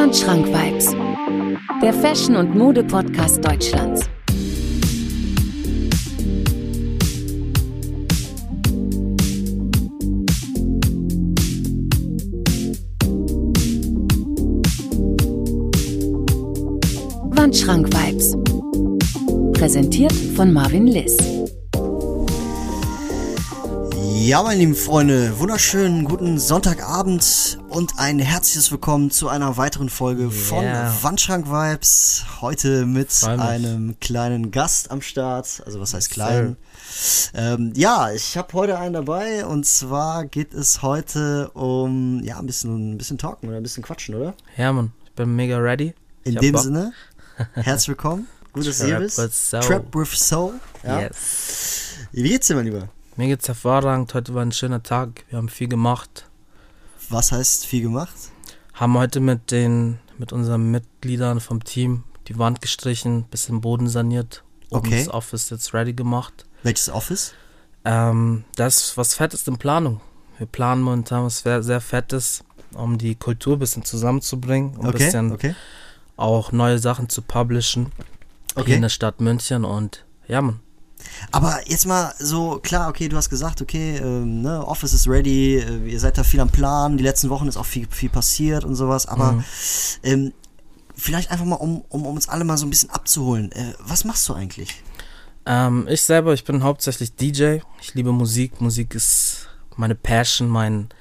Wandschrank-Vibes, der Fashion- und Mode-Podcast Deutschlands. Wandschrank-Vibes, präsentiert von Marvin Liss. Ja, meine lieben Freunde, wunderschönen guten Sonntagabend und ein herzliches Willkommen zu einer weiteren Folge von Wandschrank-Vibes. Heute mit einem kleinen Gast am Start, also was heißt klein? Ich habe heute einen dabei und zwar geht es heute um ein bisschen talken oder ein bisschen quatschen, oder? Ja, Mann, ich bin mega ready. In dem Sinne, herzlich willkommen, gut, dass du hier bist. Trap with Soul. Ja. Yes. Wie geht's dir, mein Lieber? Mir geht's hervorragend, heute war ein schöner Tag, wir haben viel gemacht. Was heißt viel gemacht? Haben heute mit unseren Mitgliedern vom Team die Wand gestrichen, bisschen Boden saniert und das Office jetzt ready gemacht. Welches Office? Da ist was Fettes in Planung. Wir planen momentan was sehr Fettes, um die Kultur ein bisschen zusammenzubringen, um ein bisschen auch neue Sachen zu publishen hier in der Stadt München und ja, Mann. Aber jetzt mal so, klar, du hast gesagt, Office ist ready, ihr seid da viel am Plan, die letzten Wochen ist auch viel passiert und sowas, aber vielleicht einfach mal, um uns alle mal so ein bisschen abzuholen, was machst du eigentlich? Ich bin hauptsächlich DJ, ich liebe Musik, Musik ist meine Passion, mein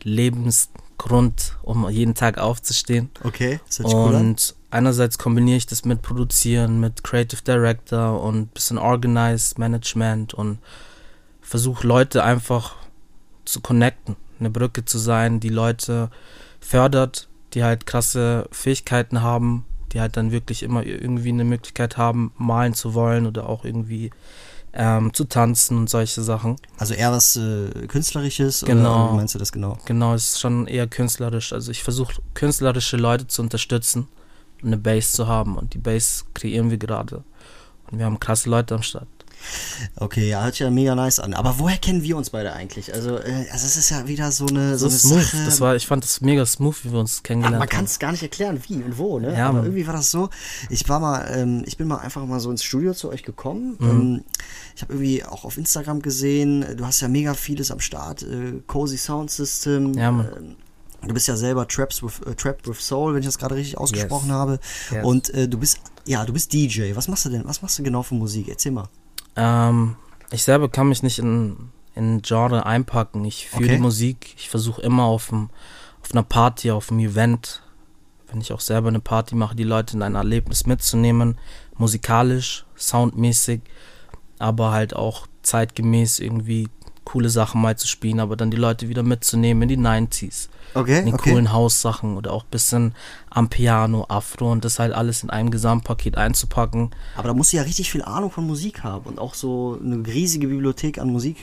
Lebensgrund, um jeden Tag aufzustehen. Okay, das hört sich cool an. Und einerseits kombiniere ich das mit Produzieren, mit Creative Director und ein bisschen Organized Management und versuche Leute einfach zu connecten, eine Brücke zu sein, die Leute fördert, die halt krasse Fähigkeiten haben, die halt dann wirklich immer irgendwie eine Möglichkeit haben, malen zu wollen oder auch irgendwie zu tanzen und solche Sachen. Also eher was Künstlerisches? Genau. Oder wie meinst du das genau? Genau, es ist schon eher künstlerisch. Also ich versuche künstlerische Leute zu unterstützen, eine Base zu haben und die Base kreieren wir gerade. Und wir haben krasse Leute am Start. Okay, ja, hört sich ja mega nice an. Aber woher kennen wir uns beide eigentlich? Also es ist ja wieder so eine smooth. Sache. Ich fand das mega smooth, wie wir uns kennengelernt haben. Man kann es gar nicht erklären, wie und wo, ne? Ja, aber irgendwie war das so. Ich bin mal einfach mal so ins Studio zu euch gekommen. Ich habe irgendwie auch auf Instagram gesehen, du hast ja mega vieles am Start. Cozy Sound System. Ja, Mann. Du bist ja selber Trap with Soul, wenn ich das gerade richtig ausgesprochen habe. Yes. Und du bist DJ. Was machst du denn? Was machst du genau für Musik? Erzähl mal. Ich selber kann mich nicht in ein Genre einpacken. Ich fühle die Musik. Ich versuche immer auf einer Party, auf einem Event, wenn ich auch selber eine Party mache, die Leute in ein Erlebnis mitzunehmen. Musikalisch, soundmäßig, aber halt auch zeitgemäß irgendwie coole Sachen mal zu spielen, aber dann die Leute wieder mitzunehmen in die 90s. In die coolen Haussachen oder auch ein bisschen am Piano, Afro und das halt alles in einem Gesamtpaket einzupacken. Aber da musst du ja richtig viel Ahnung von Musik haben und auch so eine riesige Bibliothek an Musik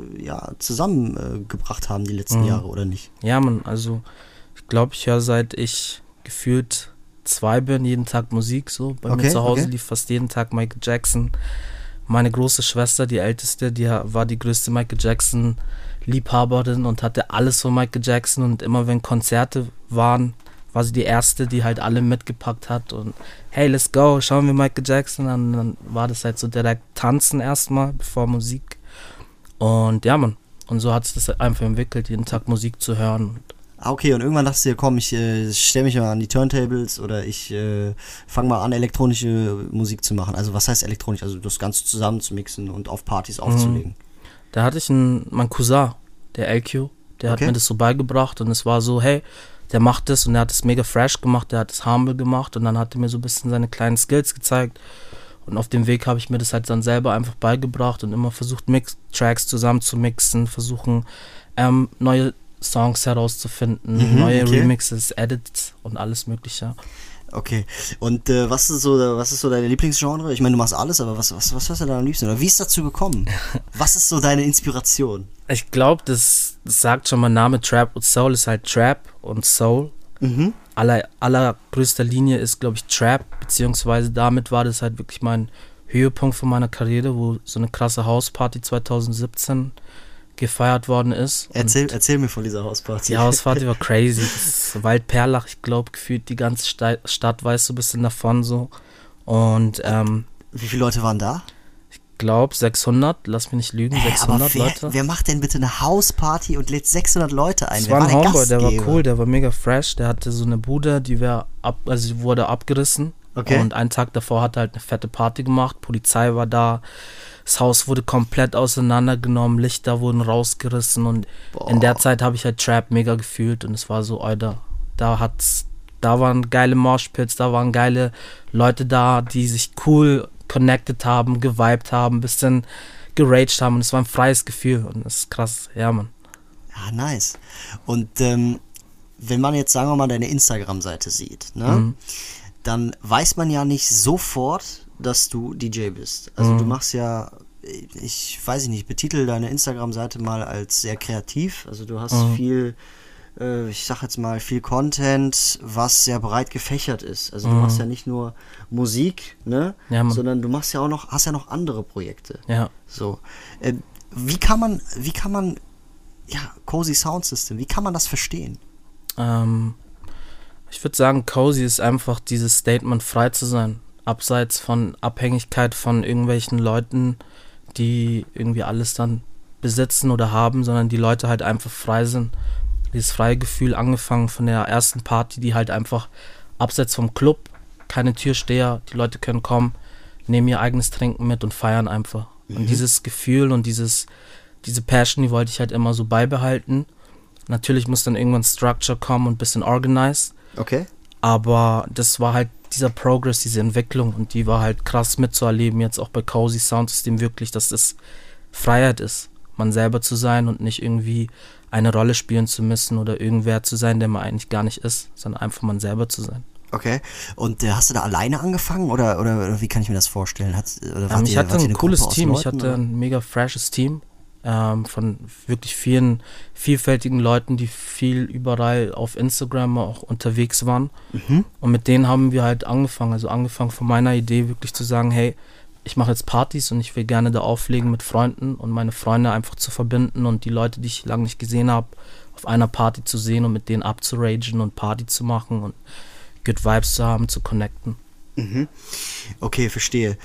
zusammengebracht haben die letzten Jahre, oder nicht? Ja, Mann, also ich glaube, ich höre seit ich gefühlt 2 bin, jeden Tag Musik so. Bei mir zu Hause lief fast jeden Tag Michael Jackson. Meine große Schwester, die älteste, die war die größte Michael Jackson Liebhaberin und hatte alles von Michael Jackson und immer wenn Konzerte waren, war sie die erste, die halt alle mitgepackt hat und hey, let's go, schauen wir Michael Jackson an. Und dann war das halt so direkt tanzen erstmal, bevor Musik. Und ja, Mann, und so hat sich das einfach entwickelt, jeden Tag Musik zu hören. Und irgendwann dachtest du dir, komm, ich stelle mich mal an die Turntables oder ich fange mal an, elektronische Musik zu machen. Also was heißt elektronisch? Also das Ganze zusammen zu mixen und auf Partys aufzulegen. Da hatte ich meinen Cousin, der LQ, der hat mir das so beigebracht und es war so, hey, der macht das und der hat es mega fresh gemacht, der hat es humble gemacht und dann hat er mir so ein bisschen seine kleinen Skills gezeigt und auf dem Weg habe ich mir das halt dann selber einfach beigebracht und immer versucht, Tracks zusammen zu mixen, versuchen neue Songs herauszufinden, neue Remixes, Edits und alles mögliche. Okay, und was ist so deine Lieblingsgenre? Ich meine, du machst alles, aber was hörst du da am liebsten? Oder wie ist dazu gekommen? Was ist so deine Inspiration? Ich glaube, das sagt schon mein Name, Trap with Soul ist halt Trap und Soul. Allergrößter Linie ist, glaube ich, Trap, beziehungsweise damit war das halt wirklich mein Höhepunkt von meiner Karriere, wo so eine krasse Hausparty 2017 gefeiert worden ist. Erzähl mir von dieser Hausparty. Die Hausparty war crazy. Das ist Waldperlach, ich glaube, gefühlt die ganze Stadt weiß so ein bisschen davon so. Und wie viele Leute waren da? Ich glaube 600, lass mich nicht lügen, 600 Leute. Wer macht denn bitte eine Hausparty und lädt 600 Leute ein? Das war ein Homeboy, der war cool, der war mega fresh, der hatte so eine Bude, die wurde abgerissen. Okay. Und einen Tag davor hat er halt eine fette Party gemacht, Polizei war da, das Haus wurde komplett auseinandergenommen, Lichter wurden rausgerissen und in der Zeit habe ich halt Trap mega gefühlt und es war so, Alter, da waren geile Moshpits, da waren geile Leute da, die sich cool connected haben, gewiped haben, ein bisschen geraged haben und es war ein freies Gefühl und das ist krass, ja, Mann. Ja, nice. Und wenn man jetzt, sagen wir mal, deine Instagram-Seite sieht, ne, dann weiß man ja nicht sofort, dass du DJ bist. Also du machst ja, ich weiß nicht, betitel deine Instagram-Seite mal als sehr kreativ, also du hast viel, ich sag jetzt mal, viel Content, was sehr breit gefächert ist. Also du machst ja nicht nur Musik, ne, sondern du machst ja auch noch, hast ja noch andere Projekte. Ja. So. Wie kann man, ja, Cozy Sound System, wie kann man das verstehen? Ich würde sagen, Cozy ist einfach dieses Statement, frei zu sein. Abseits von Abhängigkeit von irgendwelchen Leuten, die irgendwie alles dann besitzen oder haben, sondern die Leute halt einfach frei sind. Dieses freie Gefühl, angefangen von der ersten Party, die halt einfach abseits vom Club, keine Türsteher, die Leute können kommen, nehmen ihr eigenes Trinken mit und feiern einfach. Und dieses Gefühl und diese Passion, die wollte ich halt immer so beibehalten. Natürlich muss dann irgendwann Structure kommen und ein bisschen organized. Okay. Aber das war halt dieser Progress, diese Entwicklung und die war halt krass mitzuerleben, jetzt auch bei Cozy Sound System wirklich, dass das Freiheit ist, man selber zu sein und nicht irgendwie eine Rolle spielen zu müssen oder irgendwer zu sein, der man eigentlich gar nicht ist, sondern einfach man selber zu sein. Okay. Und hast du da alleine angefangen oder wie kann ich mir das vorstellen? Ich hatte ein cooles Team, ich hatte ein mega freshes Team. Von wirklich vielen vielfältigen Leuten, die viel überall auf Instagram auch unterwegs waren. Und mit denen haben wir halt angefangen von meiner Idee wirklich zu sagen, hey, ich mache jetzt Partys und ich will gerne da auflegen mit Freunden und meine Freunde einfach zu verbinden und die Leute, die ich lange nicht gesehen habe, auf einer Party zu sehen und mit denen abzuragen und Party zu machen und Good Vibes zu haben, zu connecten. Okay, verstehe.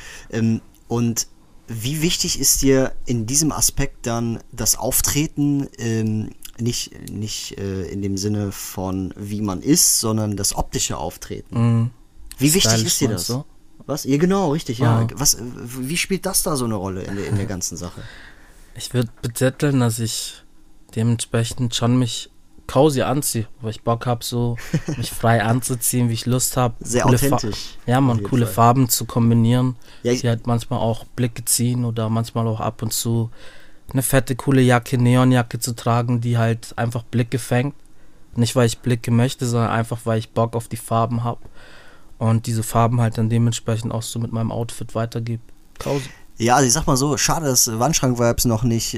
Und wie wichtig ist dir in diesem Aspekt dann das Auftreten, nicht in dem Sinne von wie man ist, sondern das optische Auftreten? Wie wichtig ist dir das? So? Was? Ja, genau, richtig, ja. Wie spielt das da so eine Rolle in der ganzen Sache? Ich würde betiteln, dass ich dementsprechend schon mich cozy anziehe, weil ich Bock habe, so mich frei anzuziehen, wie ich Lust habe. Sehr authentisch. Coole Farben zu kombinieren, die halt manchmal auch Blicke ziehen oder manchmal auch ab und zu eine fette, coole Jacke, Neonjacke zu tragen, die halt einfach Blicke fängt. Nicht, weil ich Blicke möchte, sondern einfach, weil ich Bock auf die Farben habe und diese Farben halt dann dementsprechend auch so mit meinem Outfit weitergebe. Cozy. Ja, also ich sag mal so, schade, dass Wandschrank-Vibes noch nicht,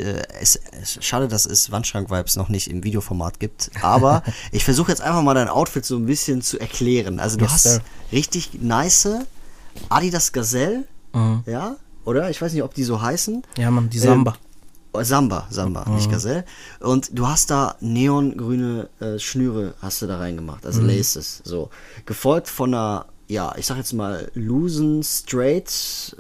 dass es Wandschrank-Vibes noch nicht im Videoformat gibt, aber ich versuche jetzt einfach mal dein Outfit so ein bisschen zu erklären. Also du hast richtig nice Adidas Gazelle, ja, oder? Ich weiß nicht, ob die so heißen. Ja, Mann, die Samba. Samba, nicht Gazelle. Und du hast da neongrüne Schnüre hast du da reingemacht, also Laces, so. Gefolgt von einer, ja, ich sag jetzt mal, loosen, straight,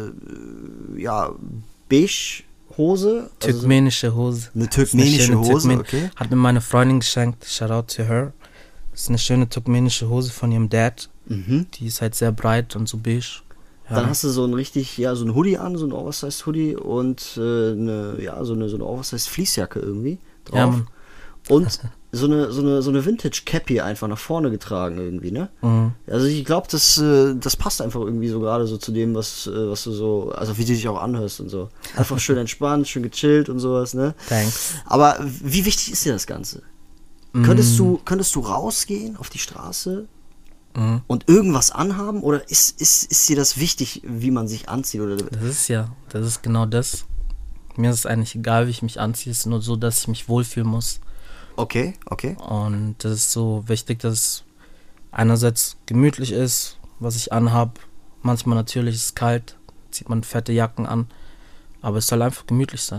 beige Hose. Turkmenische Hose. Eine turkmenische Hose, okay. Hat mir meine Freundin geschenkt, shout out to her. Das ist eine schöne turkmenische Hose von ihrem Dad. Die ist halt sehr breit und so beige. Ja. Dann hast du so ein richtig, so ein Hoodie an, so ein Oversized Hoodie und so eine Oversized Fleecejacke irgendwie drauf. Ja, Mann. Und so eine Vintage Cappy einfach nach vorne getragen irgendwie, ne? Also ich glaube, das passt einfach irgendwie so gerade so zu dem, was du so, also wie du dich auch anhörst und so. Einfach schön entspannt, schön gechillt und sowas, ne? Thanks. Aber wie wichtig ist dir das Ganze? Könntest du rausgehen auf die Straße und irgendwas anhaben oder ist dir das wichtig, wie man sich anzieht? Oder? Das ist genau das. Mir ist es eigentlich egal, wie ich mich anziehe, es ist nur so, dass ich mich wohlfühlen muss. Okay. Und das ist so wichtig, dass es einerseits gemütlich ist, was ich anhab. Manchmal natürlich ist es kalt, zieht man fette Jacken an, aber es soll einfach gemütlich sein.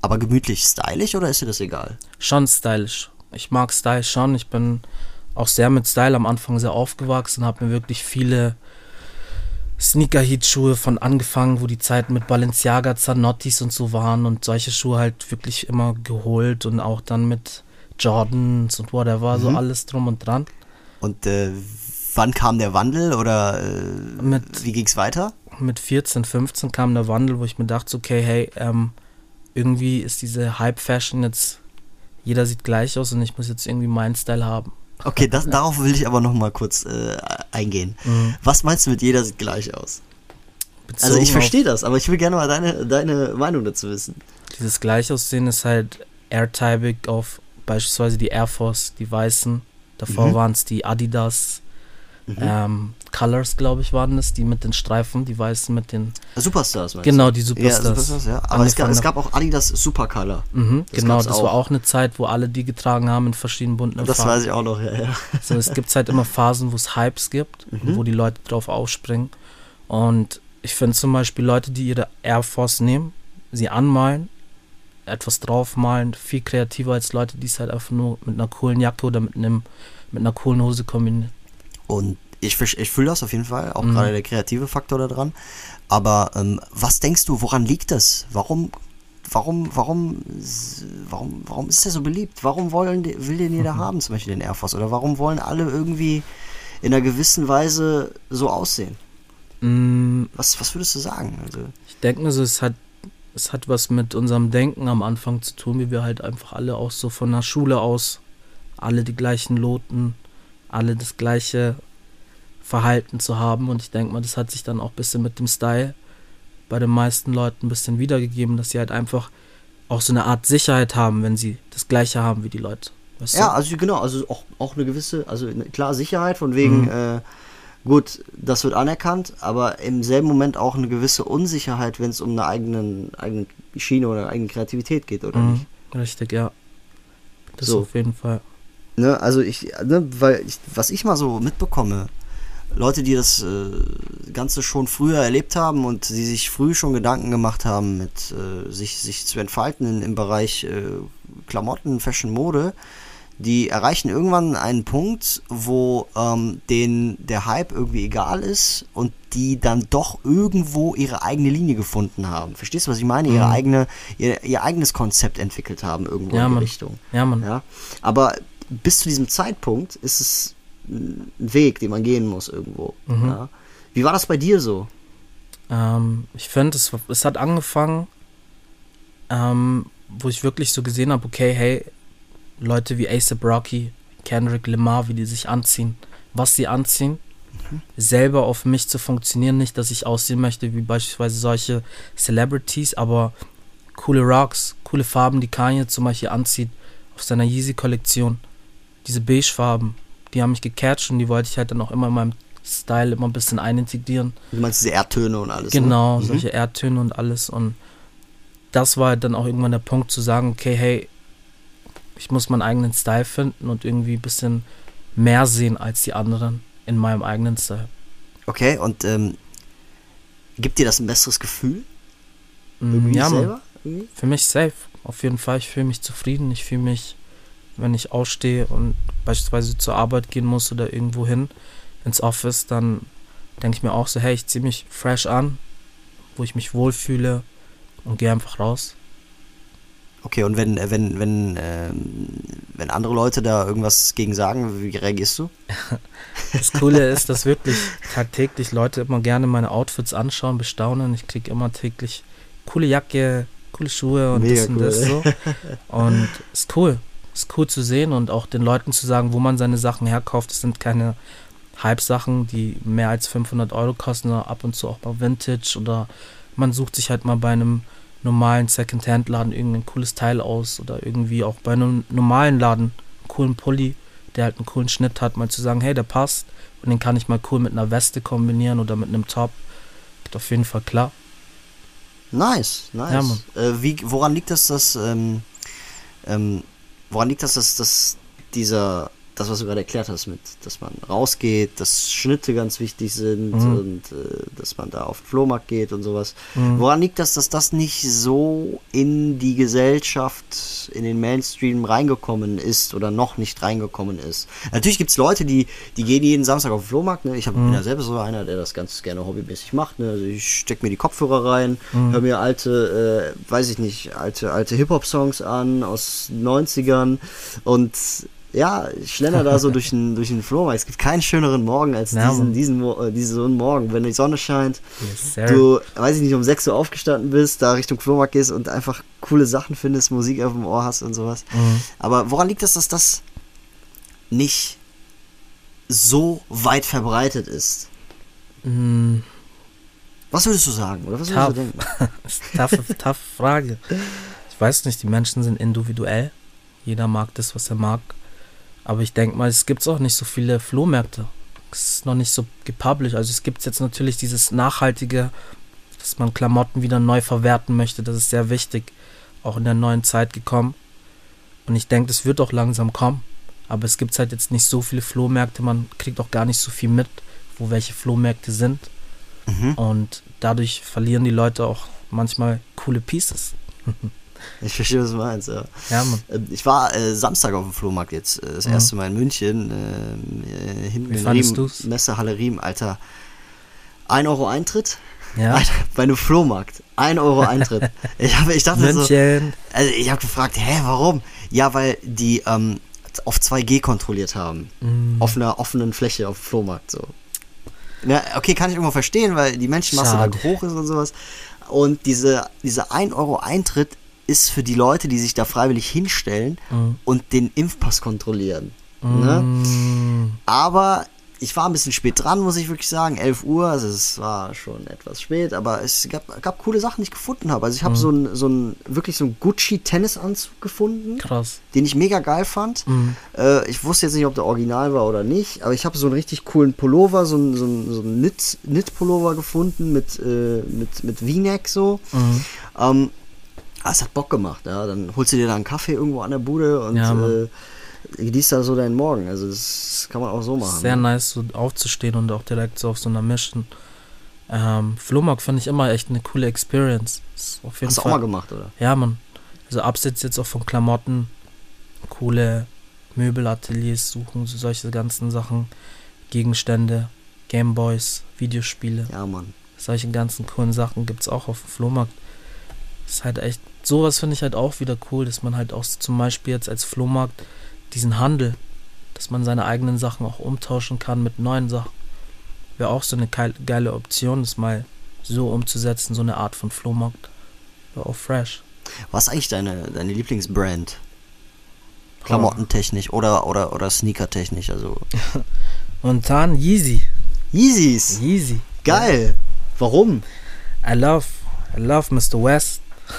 Aber gemütlich stylisch oder ist dir das egal? Schon stylisch. Ich mag Style schon. Ich bin auch sehr mit Style am Anfang sehr aufgewachsen, habe mir wirklich viele Sneaker-Heat-Schuhe von angefangen, wo die Zeiten mit Balenciaga, Zanottis und so waren und solche Schuhe halt wirklich immer geholt und auch dann mit Jordans und whatever, so alles drum und dran. Und wann kam der Wandel oder wie ging's weiter? Mit 14, 15 kam der Wandel, wo ich mir dachte, okay, hey, irgendwie ist diese Hype-Fashion jetzt, jeder sieht gleich aus und ich muss jetzt irgendwie meinen Style haben. Okay, darauf will ich aber noch mal kurz eingehen. Was meinst du mit jeder sieht gleich aus? Also ich verstehe das, aber ich will gerne mal deine Meinung dazu wissen. Dieses Gleichaussehen ist halt airtypic auf beispielsweise die Air Force, die weißen. Davor waren es die Adidas Colors, glaube ich, waren es, die mit den Streifen, die weißen mit den Superstars, meinst genau, du? die Superstars. Ja, Superstars, ja. Aber es gab auch Adidas Supercolor. Genau, das war auch eine Zeit, wo alle die getragen haben in verschiedenen bunten Farben. Das weiß ich auch noch, ja. So, es gibt halt immer Phasen, wo es Hypes gibt, wo die Leute drauf aufspringen. Und ich finde zum Beispiel Leute, die ihre Air Force nehmen, sie anmalen, etwas draufmalen, viel kreativer als Leute, die es halt einfach nur mit einer coolen Jacke oder mit einer coolen Hose kombinieren. Und ich fühle das auf jeden Fall, auch gerade der kreative Faktor da dran. Aber was denkst du, woran liegt das? Warum ist der so beliebt? Warum will den jeder haben, zum Beispiel den Air Force? Oder warum wollen alle irgendwie in einer gewissen Weise so aussehen? Was würdest du sagen? Also, ich denke mir so, es hat was mit unserem Denken am Anfang zu tun, wie wir halt einfach alle auch so von der Schule aus, alle die gleichen Noten, alle das gleiche Verhalten zu haben. Und ich denke mal, das hat sich dann auch ein bisschen mit dem Style bei den meisten Leuten ein bisschen wiedergegeben, dass sie halt einfach auch so eine Art Sicherheit haben, wenn sie das Gleiche haben wie die Leute. Weißt du? Ja, also genau, also auch eine gewisse, also klar Sicherheit von wegen, gut, das wird anerkannt, aber im selben Moment auch eine gewisse Unsicherheit, wenn es um eine eigene Schiene oder eine eigene Kreativität geht, oder nicht? Richtig, ja. Das so. Auf jeden Fall. Ne, also was ich mal so mitbekomme, Leute, die das Ganze schon früher erlebt haben und die sich früh schon Gedanken gemacht haben, mit sich zu entfalten im Bereich Klamotten, Fashion, Mode, die erreichen irgendwann einen Punkt, wo denen der Hype irgendwie egal ist und die dann doch irgendwo ihre eigene Linie gefunden haben. Verstehst du, was ich meine? Ihr eigenes Konzept entwickelt haben irgendwo in die Richtung. Ja, Mann. Ja? Aber bis zu diesem Zeitpunkt ist es ein Weg, den man gehen muss irgendwo. Ja? Wie war das bei dir so? Ich finde, es hat angefangen, wo ich wirklich so gesehen habe, okay, hey, Leute wie A$AP Rocky, Kendrick Lamar, wie die sich anziehen, was sie anziehen, selber auf mich zu funktionieren. Nicht, dass ich aussehen möchte wie beispielsweise solche Celebrities, aber coole Rocks, coole Farben, die Kanye zum Beispiel anzieht auf seiner Yeezy-Kollektion. Diese Beige-Farben, die haben mich gecatcht und die wollte ich halt dann auch immer in meinem Style immer ein bisschen einintegrieren. Du meinst diese Erdtöne und alles? Genau, solche Erdtöne und alles. Und das war halt dann auch irgendwann der Punkt zu sagen, okay, hey, ich muss meinen eigenen Style finden und irgendwie ein bisschen mehr sehen als die anderen in meinem eigenen Style. Okay, und gibt dir das ein besseres Gefühl? Ja, selber? Für mich safe, auf jeden Fall. Ich fühle mich zufrieden. Ich fühle mich, wenn ich aufstehe und beispielsweise zur Arbeit gehen muss oder irgendwo hin ins Office, dann denke ich mir auch so, hey, ich ziehe mich fresh an, wo ich mich wohlfühle und gehe einfach raus. Okay, und wenn andere Leute da irgendwas gegen sagen, wie reagierst du? Das Coole ist, dass wirklich tagtäglich Leute immer gerne meine Outfits anschauen, bestaunen. Ich kriege immer täglich coole Jacke, coole Schuhe und mega das und cool. das so. Und ist cool. Ist cool zu sehen und auch den Leuten zu sagen, wo man seine Sachen herkauft. Das sind keine Hype-Sachen, die mehr als 500 € kosten, oder ab und zu auch mal Vintage, oder man sucht sich halt mal bei einem normalen Second-Hand-Laden irgendein cooles Teil aus oder irgendwie auch bei einem normalen Laden einen coolen Pulli, der halt einen coolen Schnitt hat, mal zu sagen, hey, der passt und den kann ich mal cool mit einer Weste kombinieren oder mit einem Top. Geht auf jeden Fall klar. Nice. Ja, Mann. Woran liegt das, dass dieser das, was du gerade erklärt hast, dass man rausgeht, dass Schnitte ganz wichtig sind und dass man da auf den Flohmarkt geht und sowas. Woran liegt das, dass das nicht so in die Gesellschaft, in den Mainstream reingekommen ist oder noch nicht reingekommen ist? Natürlich gibt es Leute, die gehen jeden Samstag auf den Flohmarkt. Ne? Ich bin ja selber so einer, der das ganz gerne hobbymäßig macht. Ne? Also ich stecke mir die Kopfhörer rein, höre mir alte, alte Hip-Hop-Songs an aus den 90ern und ja, ich schlender da so durch den Flohmarkt. Es gibt keinen schöneren Morgen als diesen Morgen, wenn die Sonne scheint, du, weiß ich nicht, um 6 Uhr aufgestanden bist, da Richtung Flohmarkt gehst und einfach coole Sachen findest, Musik auf dem Ohr hast und sowas. Aber woran liegt das, dass das nicht so weit verbreitet ist? Was würdest du sagen? Oder was würdest du denken? Tough Frage. Ich weiß nicht, die Menschen sind individuell. Jeder mag das, was er mag. Aber ich denke mal, es gibt auch nicht so viele Flohmärkte. Es ist noch nicht so gepublished. Also es gibt jetzt natürlich dieses Nachhaltige, dass man Klamotten wieder neu verwerten möchte. Das ist sehr wichtig. Auch in der neuen Zeit gekommen. Und ich denke, das wird auch langsam kommen. Aber es gibt halt jetzt nicht so viele Flohmärkte. Man kriegt auch gar nicht so viel mit, wo welche Flohmärkte sind. Und dadurch verlieren die Leute auch manchmal coole Pieces. Ich verstehe, was du meinst, ja. Ja, Mann. Ich war Samstag auf dem Flohmarkt jetzt, das erste Mal in München, hinten in Riem, Messehalle Riem, Alter. 1 Euro Eintritt? Ja. Alter, bei einem Flohmarkt. 1 Euro Eintritt. Ich dachte München. So, also ich habe gefragt, warum? Ja, weil die auf 2G kontrolliert haben. Auf einer offenen Fläche auf dem Flohmarkt, so. Ja, okay, kann ich irgendwo verstehen, weil die Menschenmasse da hoch ist und sowas. Und diese 1 Euro Eintritt ist für die Leute, die sich da freiwillig hinstellen und den Impfpass kontrollieren. Ne? Aber ich war ein bisschen spät dran, muss ich wirklich sagen. 11 Uhr, also es war schon etwas spät, aber es gab coole Sachen, die ich gefunden habe. Also ich habe so einen Gucci-Tennisanzug gefunden. Krass. Den ich mega geil fand. Ich wusste jetzt nicht, ob der original war oder nicht, aber ich habe so einen richtig coolen Pullover, so einen Knit-Pullover gefunden mit V-Neck so. Es hat Bock gemacht, ja. Dann holst du dir da einen Kaffee irgendwo an der Bude und genießt da so deinen Morgen. Also das kann man auch so machen. Sehr nice, so aufzustehen und auch direkt so auf so einer Mission. Flohmarkt finde ich immer echt eine coole Experience. Hast du auch mal gemacht, oder? Ja, Mann. Also abseits jetzt auch von Klamotten, coole Möbelateliers suchen, so solche ganzen Sachen, Gegenstände, Gameboys, Videospiele. Ja, Mann. Solche ganzen coolen Sachen gibt es auch auf dem Flohmarkt. Das ist halt echt, sowas finde ich halt auch wieder cool, dass man halt auch zum Beispiel jetzt als Flohmarkt diesen Handel, dass man seine eigenen Sachen auch umtauschen kann mit neuen Sachen. Wäre auch so eine geile Option, das mal so umzusetzen, so eine Art von Flohmarkt. Wäre auch fresh. Was ist eigentlich deine Lieblingsbrand? Klamottentechnisch oder Sneakertechnisch, also. Momentan Yeezy. Yeezys? Yeezy. Geil. Ja. Warum? I love Mr. West.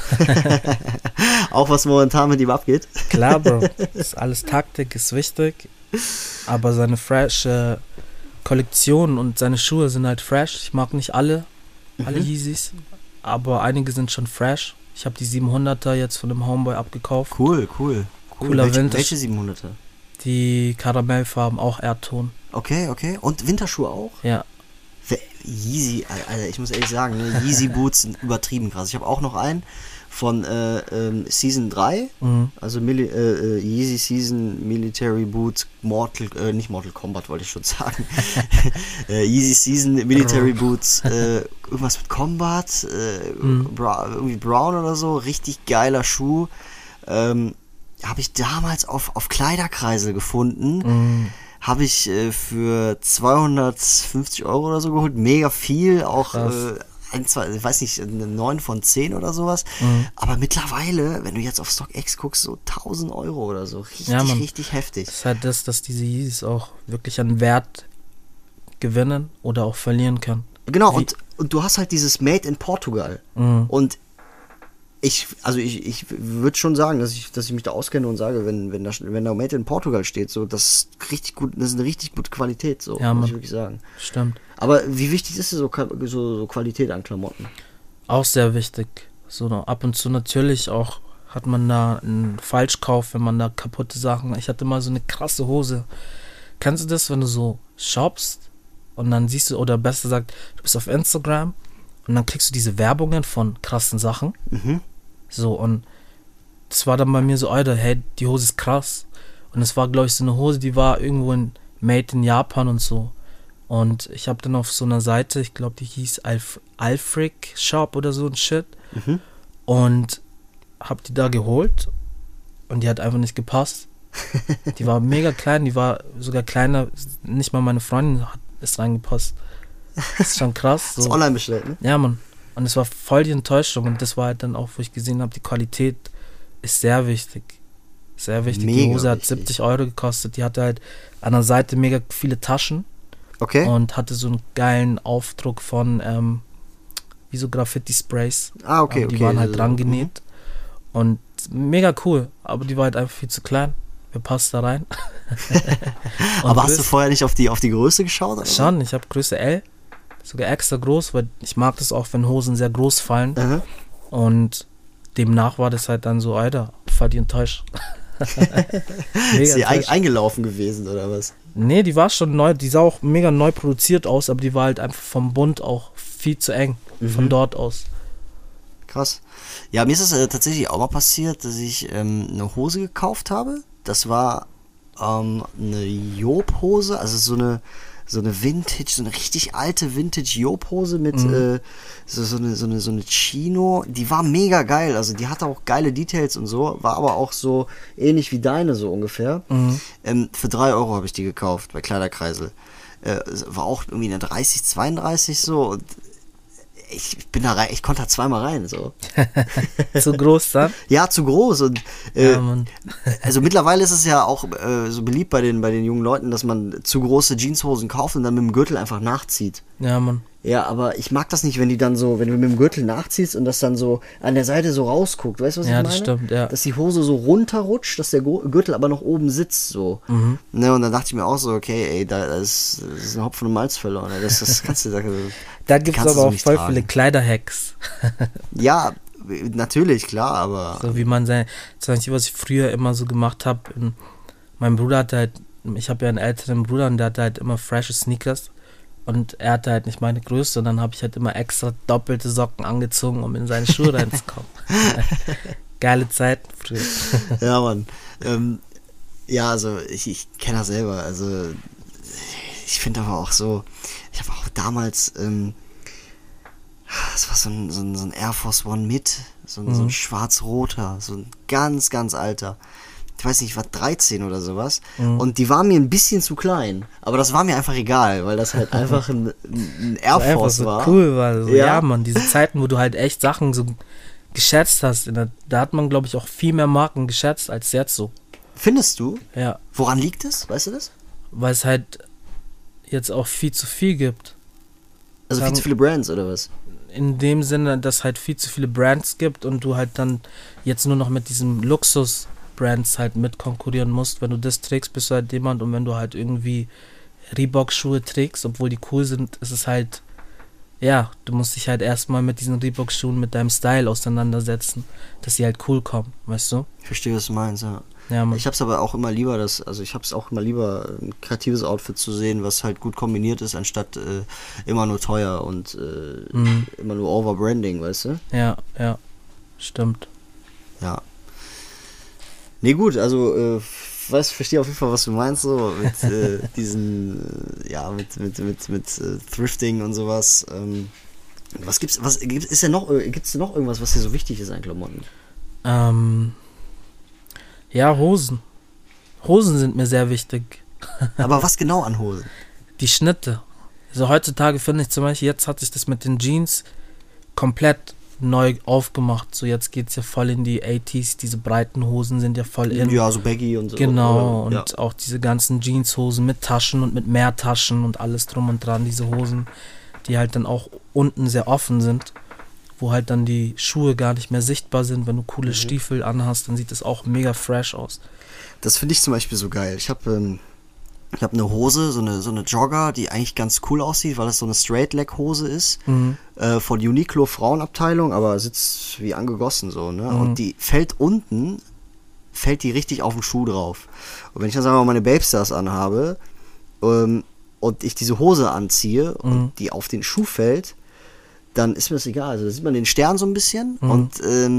Auch was momentan mit ihm abgeht? Klar, Bro. Ist alles Taktik, ist wichtig. Aber seine fresh Kollektion und seine Schuhe sind halt fresh. Ich mag nicht alle Yeezys, aber einige sind schon fresh. Ich habe die 700er jetzt von dem Homeboy abgekauft. Cool. Cooler Winter. Welche 700er? Die Karamellfarben, auch Erdton. Okay. Und Winterschuhe auch? Ja. Yeezy, Alter, ich muss ehrlich sagen, ne, Yeezy Boots sind übertrieben krass. Ich habe auch noch einen von Season 3, also Yeezy Season Military Boots, nicht Mortal Kombat wollte ich schon sagen. Yeezy Season Military Boots, irgendwas mit Combat, irgendwie Brown oder so, richtig geiler Schuh. Habe ich damals auf Kleiderkreisel gefunden. Habe ich für 250 € oder so geholt. Mega viel, auch ich weiß nicht, 9 von 10 oder sowas. Aber mittlerweile, wenn du jetzt auf StockX guckst, so 1000 € oder so. Richtig heftig. Das ist halt dass diese Yeezys auch wirklich an Wert gewinnen oder auch verlieren können. Genau, und du hast halt dieses Made in Portugal. Und ich würde schon sagen, dass ich mich da auskenne und sage, wenn da Made in Portugal steht, so, das ist eine richtig gute Qualität, so, ja, muss ich wirklich sagen. Stimmt. Aber wie wichtig ist so Qualität an Klamotten? Auch sehr wichtig. So ab und zu natürlich auch hat man da einen Falschkauf, wenn man da kaputte Sachen... Ich hatte mal so eine krasse Hose. Kennst du das, wenn du so shoppst und dann siehst du, oder besser gesagt, du bist auf Instagram und dann kriegst du diese Werbungen von krassen Sachen. So, und das war dann bei mir so, Alter, hey, die Hose ist krass. Und es war, glaube ich, so eine Hose, die war irgendwo made in Japan und so. Und ich habe dann auf so einer Seite, ich glaube, die hieß Alfric Shop oder so ein Shit. Und habe die da geholt und die hat einfach nicht gepasst. Die war mega klein, die war sogar kleiner, nicht mal meine Freundin ist reingepasst. Das ist schon krass. So. Das ist online bestellt, ne? Ja, Mann. Und es war voll die Enttäuschung und das war halt dann auch, wo ich gesehen habe, die Qualität ist sehr wichtig. Sehr wichtig. Mega die Hose hat wichtig. 70 Euro gekostet. Die hatte halt an der Seite mega viele Taschen. Okay. Und hatte so einen geilen Aufdruck von, wie so Graffiti-Sprays. Okay, Die waren halt dran genäht. Und mega cool. Aber die war halt einfach viel zu klein. Wer passt da rein? Aber hast du vorher nicht auf die Größe geschaut? Oder? Schon, ich habe Größe L. Sogar extra groß, weil ich mag das auch, wenn Hosen sehr groß fallen. Und demnach war das halt dann so, Alter, war die enttäuscht. Ist sie eingelaufen gewesen oder was? Nee, die war schon neu, die sah auch mega neu produziert aus, aber die war halt einfach vom Bund auch viel zu eng, von dort aus. Krass. Ja, mir ist es tatsächlich auch mal passiert, dass ich eine Hose gekauft habe. Das war eine Job-Hose, also so eine Vintage, so eine richtig alte Vintage-Job-Hose mit so eine Chino. Die war mega geil, also die hatte auch geile Details und so, war aber auch so ähnlich wie deine so ungefähr. Für 3 Euro habe ich die gekauft bei Kleiderkreisel. War auch irgendwie eine 30, 32 so und ich bin da rein, ich konnte da zweimal rein, so. Zu groß dann? Ja, zu groß und Ja, Mann. also mittlerweile ist es ja auch so beliebt bei den jungen Leuten, dass man zu große Jeanshosen kauft und dann mit dem Gürtel einfach nachzieht. Ja, Mann. Ja, aber ich mag das nicht, wenn die dann so, wenn du mit dem Gürtel nachziehst und das dann so an der Seite so rausguckt, weißt du, was ich meine? Ja, das stimmt, ja. Dass die Hose so runterrutscht, dass der Gürtel aber noch oben sitzt, so. Ne, und dann dachte ich mir auch so, okay, ey, das ist ein Hopfen und Malz verloren. Das kannst du Da gibt es aber auch voll viele Kleiderhacks. Ja, natürlich, klar, aber... So wie man sein, zum Beispiel, was ich früher immer so gemacht habe, mein Bruder hatte halt, ich habe ja einen älteren Bruder und der hatte halt immer frische Sneakers und er hatte halt nicht meine Größe und dann habe ich halt immer extra doppelte Socken angezogen, um in seine Schuhe reinzukommen. Geile Zeiten früher. Ja, Mann. Ja, also ich kenne das selber, also ich finde aber auch so, ich habe auch damals, das war so ein Air Force One mit, so ein schwarz-roter, so ein ganz, ganz alter. Ich weiß nicht, ich war 13 oder sowas. Und die war mir ein bisschen zu klein. Aber das war mir einfach egal, weil das halt einfach ein Air Force so war. Cool war. So, ja, Mann, diese Zeiten, wo du halt echt Sachen so geschätzt hast. Da hat man, glaube ich, auch viel mehr Marken geschätzt als jetzt so. Findest du? Ja. Woran liegt das? Weißt du das? Weil es halt jetzt auch viel zu viel gibt. Also viel zu viele Brands oder was? In dem Sinne, dass halt viel zu viele Brands gibt und du halt dann jetzt nur noch mit diesem Luxus-Brands halt mit konkurrieren musst. Wenn du das trägst, bist du halt jemand, und wenn du halt irgendwie Reebok-Schuhe trägst, obwohl die cool sind, ist es halt, ja, du musst dich halt erstmal mit diesen Reebok-Schuhen, mit deinem Style auseinandersetzen, dass sie halt cool kommen, weißt du? Ich verstehe, was du meinst, ja. Ja, ich hab's aber auch immer lieber, ein kreatives Outfit zu sehen, was halt gut kombiniert ist, anstatt immer nur teuer und immer nur Overbranding, weißt du? Ja, stimmt. Ja. Nee, gut, also, verstehe auf jeden Fall, was du meinst, so, mit diesen, mit Thrifting und sowas. Gibt's denn noch irgendwas, was dir so wichtig ist an Klamotten? Ja, Hosen. Hosen sind mir sehr wichtig. Aber was genau an Hosen? Die Schnitte. Also heutzutage finde ich zum Beispiel, jetzt hat sich das mit den Jeans komplett neu aufgemacht. So jetzt geht's ja voll in die 80s, diese breiten Hosen sind ja voll in. Ja, so baggy und so. Genau, und auch diese ganzen Jeanshosen mit Taschen und mit mehr Taschen und alles drum und dran. Diese Hosen, die halt dann auch unten sehr offen sind, wo halt dann die Schuhe gar nicht mehr sichtbar sind. Wenn du coole Stiefel anhast, dann sieht das auch mega fresh aus. Das finde ich zum Beispiel so geil. Ich habe Ich habe eine Hose, so eine Jogger, die eigentlich ganz cool aussieht, weil das so eine Straight-Leg-Hose ist. Von Uniqlo Frauenabteilung, aber sitzt wie angegossen so, ne? Und die fällt die richtig auf den Schuh drauf. Und wenn ich dann sagen wir mal meine Babestars anhabe und ich diese Hose anziehe und die auf den Schuh fällt, dann ist mir das egal. Also da sieht man den Stern so ein bisschen und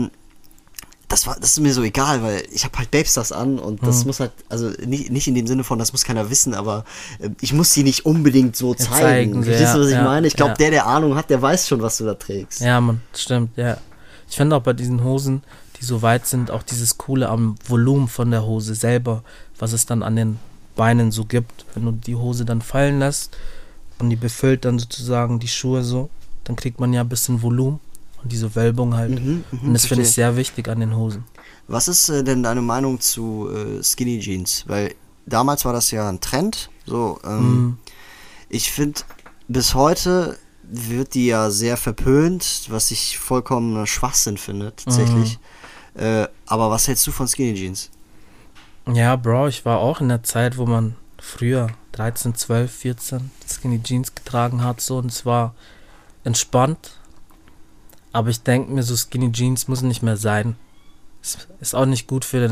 das ist mir so egal, weil ich habe halt Babestars an und das muss halt, also nicht in dem Sinne von, das muss keiner wissen, aber ich muss sie nicht unbedingt so zeigen. Verstehst du, was ich meine? Ich glaube, der Ahnung hat, der weiß schon, was du da trägst. Ja, Mann, stimmt, ja. Ich finde auch bei diesen Hosen, die so weit sind, auch dieses Coole am Volumen von der Hose selber, was es dann an den Beinen so gibt. Wenn du die Hose dann fallen lässt und die befüllt dann sozusagen die Schuhe so, dann kriegt man ja ein bisschen Volumen. Und diese Wölbung halt. Und das finde ich sehr wichtig an den Hosen. Was ist denn deine Meinung zu Skinny Jeans? Weil damals war das ja ein Trend. So, ich finde, bis heute wird die ja sehr verpönt, was ich vollkommener Schwachsinn finde, tatsächlich. Aber was hältst du von Skinny Jeans? Ja, Bro, ich war auch in der Zeit, wo man früher 13, 12, 14 Skinny Jeans getragen hat, so, und es war entspannt. Aber ich denke mir, so Skinny Jeans muss nicht mehr sein. Ist auch nicht gut für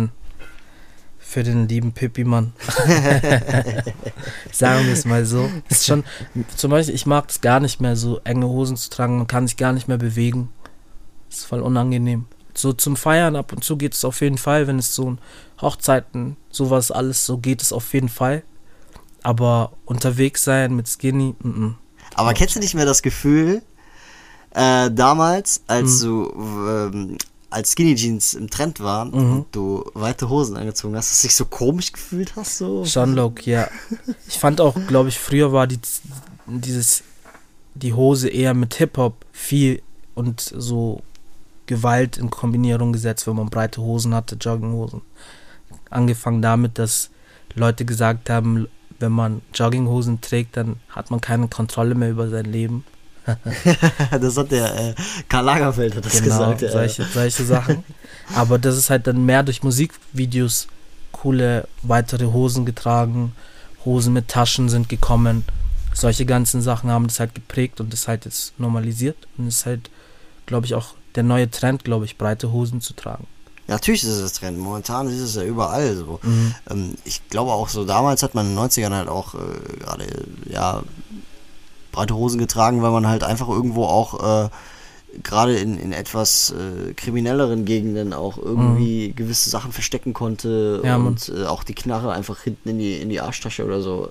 den lieben Pippi-Mann. Sagen wir es mal so. Ist schon, zum Beispiel, ich mag es gar nicht mehr, so enge Hosen zu tragen. Man kann sich gar nicht mehr bewegen. Ist voll unangenehm. So zum Feiern ab und zu geht es auf jeden Fall, wenn es so Hochzeiten, sowas alles, so geht es auf jeden Fall. Aber unterwegs sein mit Skinny, Aber kennst du nicht mehr das Gefühl, damals, als du als Skinny Jeans im Trend waren und du weite Hosen angezogen hast, dass du dich so komisch gefühlt hast? So? Schon look, ja. Ich fand auch, glaube ich, früher war die Hose eher mit Hip-Hop viel und so Gewalt in Kombinierung gesetzt, wenn man breite Hosen hatte, Jogginghosen. Angefangen damit, dass Leute gesagt haben, wenn man Jogginghosen trägt, dann hat man keine Kontrolle mehr über sein Leben. Das hat der Karl Lagerfeld hat das gesagt. Ja. Solche Sachen. Aber das ist halt dann mehr durch Musikvideos coole weitere Hosen getragen, Hosen mit Taschen sind gekommen. Solche ganzen Sachen haben das halt geprägt und das halt jetzt normalisiert und ist halt, glaube ich, auch der neue Trend, glaube ich, breite Hosen zu tragen. Ja, natürlich ist es das Trend. Momentan ist es ja überall so. Ich glaube auch so, damals hat man in den 90ern halt auch gerade, breite Hosen getragen, weil man halt einfach irgendwo auch gerade in etwas kriminelleren Gegenden auch irgendwie gewisse Sachen verstecken konnte und auch die Knarre einfach hinten in die Arschtasche oder so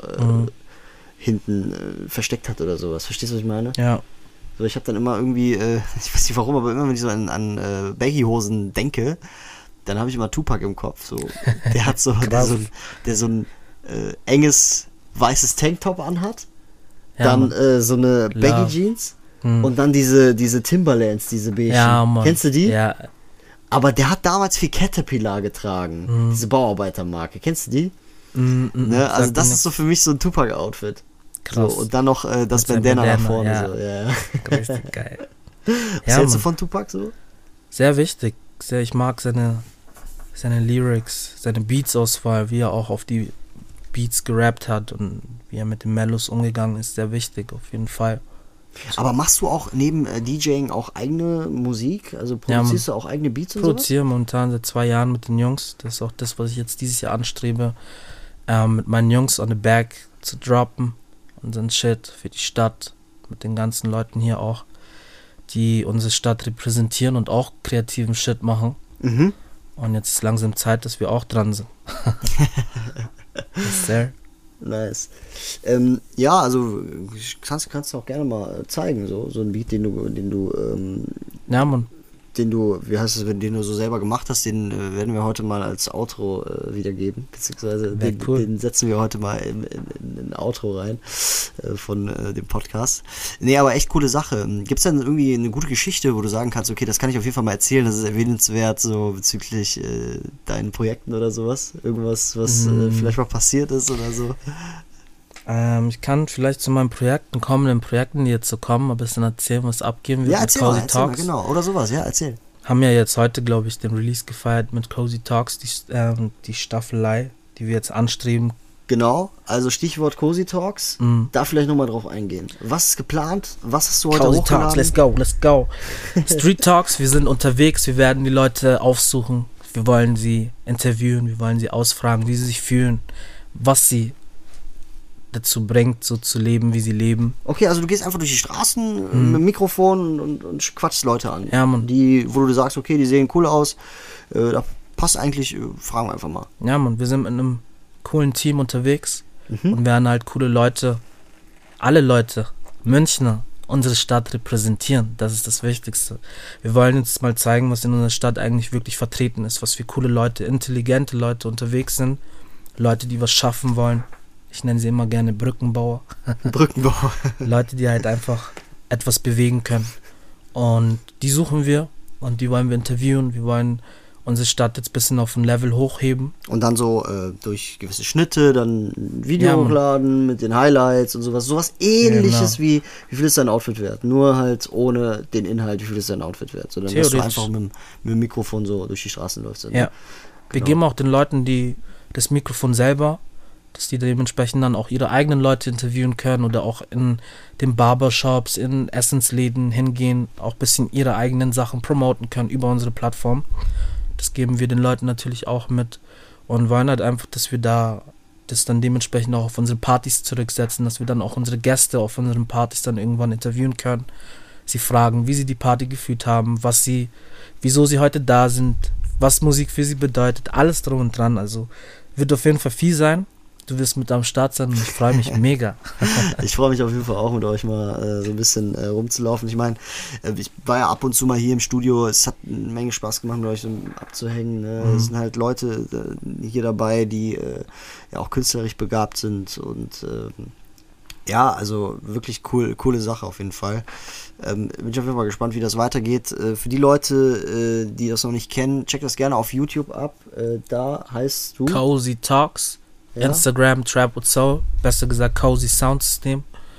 hinten versteckt hat oder sowas. Verstehst du, was ich meine? Ja. So, ich habe dann immer irgendwie, ich weiß nicht warum, aber immer wenn ich so an Baggy-Hosen denke, dann habe ich immer Tupac im Kopf. So. Der hat so, der so ein enges weißes Tanktop anhat. Ja, dann so eine Baggy-Jeans und dann diese Timberlands, diese Beigen. Ja, Mann. Kennst du die? Ja. Aber der hat damals viel Caterpillar getragen, diese Bauarbeitermarke. Kennst du die? Ne? Also das ist so für mich so ein Tupac-Outfit. Krass. So, und dann noch das Bandana nach vorne. Ja. So. Ja. Richtig geil. Was hältst du von Tupac so? Sehr wichtig. Ich mag seine Lyrics, seine Beats-Auswahl, wie er auch auf die Beats gerappt hat und wie er mit den Mellows umgegangen ist, sehr wichtig, auf jeden Fall. So. Aber machst du auch neben DJing auch eigene Musik? Also produzierst du auch eigene Beats und so? Ich produziere momentan seit 2 Jahren mit den Jungs. Das ist auch das, was ich jetzt dieses Jahr anstrebe, mit meinen Jungs on the back zu droppen. Unseren Shit für die Stadt, mit den ganzen Leuten hier auch, die unsere Stadt repräsentieren und auch kreativen Shit machen. Und jetzt ist langsam Zeit, dass wir auch dran sind. Yes, sir. Nice. Ja, also kannst du auch gerne mal zeigen, so ein Beat, den du ja, Mann. Den du so selber gemacht hast, den werden wir heute mal als Outro wiedergeben, beziehungsweise den setzen wir heute mal in ein Outro rein von dem Podcast. Nee, aber echt coole Sache. Gibt's denn irgendwie eine gute Geschichte, wo du sagen kannst, okay, das kann ich auf jeden Fall mal erzählen, das ist erwähnenswert, so bezüglich deinen Projekten oder sowas? Irgendwas, was vielleicht mal passiert ist oder so? Ich kann vielleicht zu meinen kommenden Projekten, die jetzt so kommen, ein bisschen erzählen, was abgehen wird mit Cozy Talks. Mal, genau, oder sowas, ja, erzähl. Haben ja jetzt heute, glaube ich, den Release gefeiert mit Cozy Talks, die Staffelei, die wir jetzt anstreben, Genau, also Stichwort Cozy Talks, da vielleicht nochmal drauf eingehen. Was ist geplant? Was hast du heute Cozy hochgeladen? Talks, let's go. Street Talks, wir sind unterwegs, wir werden die Leute aufsuchen, wir wollen sie interviewen, wir wollen sie ausfragen, wie sie sich fühlen, was sie dazu bringt, so zu leben, wie sie leben. Okay, also du gehst einfach durch die Straßen mit dem Mikrofon und quatschst Leute an. Ja, Mann. Wo du sagst, okay, die sehen cool aus, da passt eigentlich, fragen wir einfach mal. Ja, Mann, wir sind mit einem coolen Team unterwegs und werden halt coole Leute, alle Leute, Münchner, unsere Stadt repräsentieren. Das ist das Wichtigste. Wir wollen jetzt mal zeigen, was in unserer Stadt eigentlich wirklich vertreten ist, was für coole Leute, intelligente Leute unterwegs sind, Leute, die was schaffen wollen. Ich nenne sie immer gerne Brückenbauer. Brückenbauer. Leute, die halt einfach etwas bewegen können. Und die suchen wir und die wollen wir interviewen. Wir wollen unsere Stadt jetzt ein bisschen auf ein Level hochheben. Und dann so durch gewisse Schnitte dann ein Video hochladen mit den Highlights und sowas. Sowas ähnliches wie viel ist dein Outfit wert? Nur halt ohne den Inhalt, wie viel ist dein Outfit wert? Sondern dass du einfach mit dem Mikrofon so durch die Straßen läufst. Ja. Genau. Wir geben auch den Leuten das Mikrofon selber, dass die dementsprechend dann auch ihre eigenen Leute interviewen können oder auch in den Barbershops, in Essensläden hingehen, auch ein bisschen ihre eigenen Sachen promoten können über unsere Plattform. Das geben wir den Leuten natürlich auch mit und wollen halt einfach, dass wir das dann dementsprechend auch auf unsere Partys zurücksetzen, dass wir dann auch unsere Gäste auf unseren Partys dann irgendwann interviewen können. Sie fragen, wie sie die Party gefühlt haben, wieso sie heute da sind, was Musik für sie bedeutet, alles drum und dran. Also wird auf jeden Fall viel sein. Du wirst mit am Start sein und ich freue mich mega. Ich freue mich auf jeden Fall auch, mit euch mal so ein bisschen rumzulaufen. Ich meine, ich war ja ab und zu mal hier im Studio. Es hat eine Menge Spaß gemacht, mit euch so abzuhängen. Es sind halt Leute hier dabei, die ja auch künstlerisch begabt sind. Und ja, also wirklich coole Sache auf jeden Fall. Bin ich auf jeden Fall gespannt, wie das weitergeht. Für die Leute, die das noch nicht kennen, checkt das gerne auf YouTube ab. Da heißt du Cozy Talks. Ja? Instagram, Trap with Soul, besser gesagt Cozy Sound System.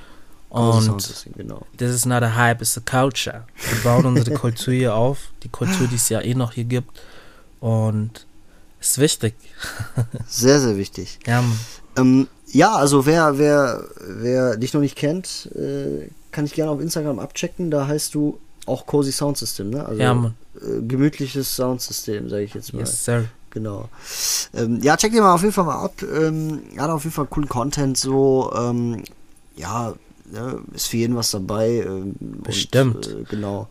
Und genau. Das ist not a hype, it's a culture. Wir bauen unsere Kultur hier auf, die Kultur, die es ja noch hier gibt. Und es ist wichtig. Sehr, sehr wichtig. Ja, ja, also wer dich noch nicht kennt, kann ich gerne auf Instagram abchecken. Da heißt du auch Cozy Sound System, ne? Also, ja, Mann. Gemütliches Soundsystem, sage ich jetzt mal. Yes, sir. Genau. Ja, check dir mal auf jeden Fall mal ab. Hat auf jeden Fall coolen Content, so, ja, ist für jeden was dabei. Bestimmt. Und, genau.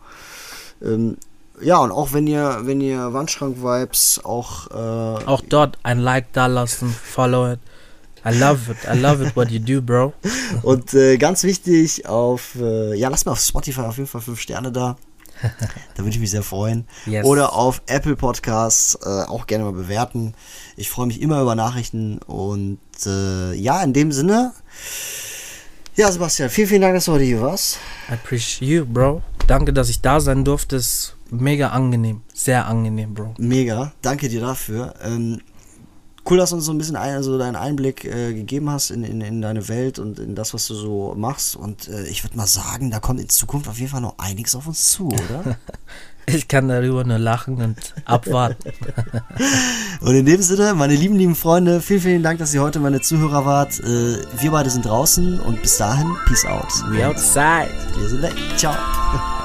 Ja, und auch wenn ihr Wandschrank-Vibes auch dort ein Like da lassen, follow it. I love it what you do, bro. Und ganz wichtig, lass mir auf Spotify auf jeden Fall 5 Sterne da. Da würde ich mich sehr freuen. Yes. Oder auf Apple Podcasts auch gerne mal bewerten. Ich freue mich immer über Nachrichten. Und ja, in dem Sinne. Ja, Sebastian, vielen Dank, dass du heute hier warst. I appreciate you, bro. Danke, dass ich da sein durfte. Ist mega angenehm. Sehr angenehm, Bro. Mega. Danke dir dafür. Cool, dass du uns so ein bisschen deinen Einblick gegeben hast in deine Welt und in das, was du so machst. Und ich würde mal sagen, da kommt in Zukunft auf jeden Fall noch einiges auf uns zu, oder? Ich kann darüber nur lachen und abwarten. Und in dem Sinne, meine lieben Freunde, vielen Dank, dass ihr heute meine Zuhörer wart. Wir beide sind draußen und bis dahin, peace out. We outside. Wir sind weg. Ciao.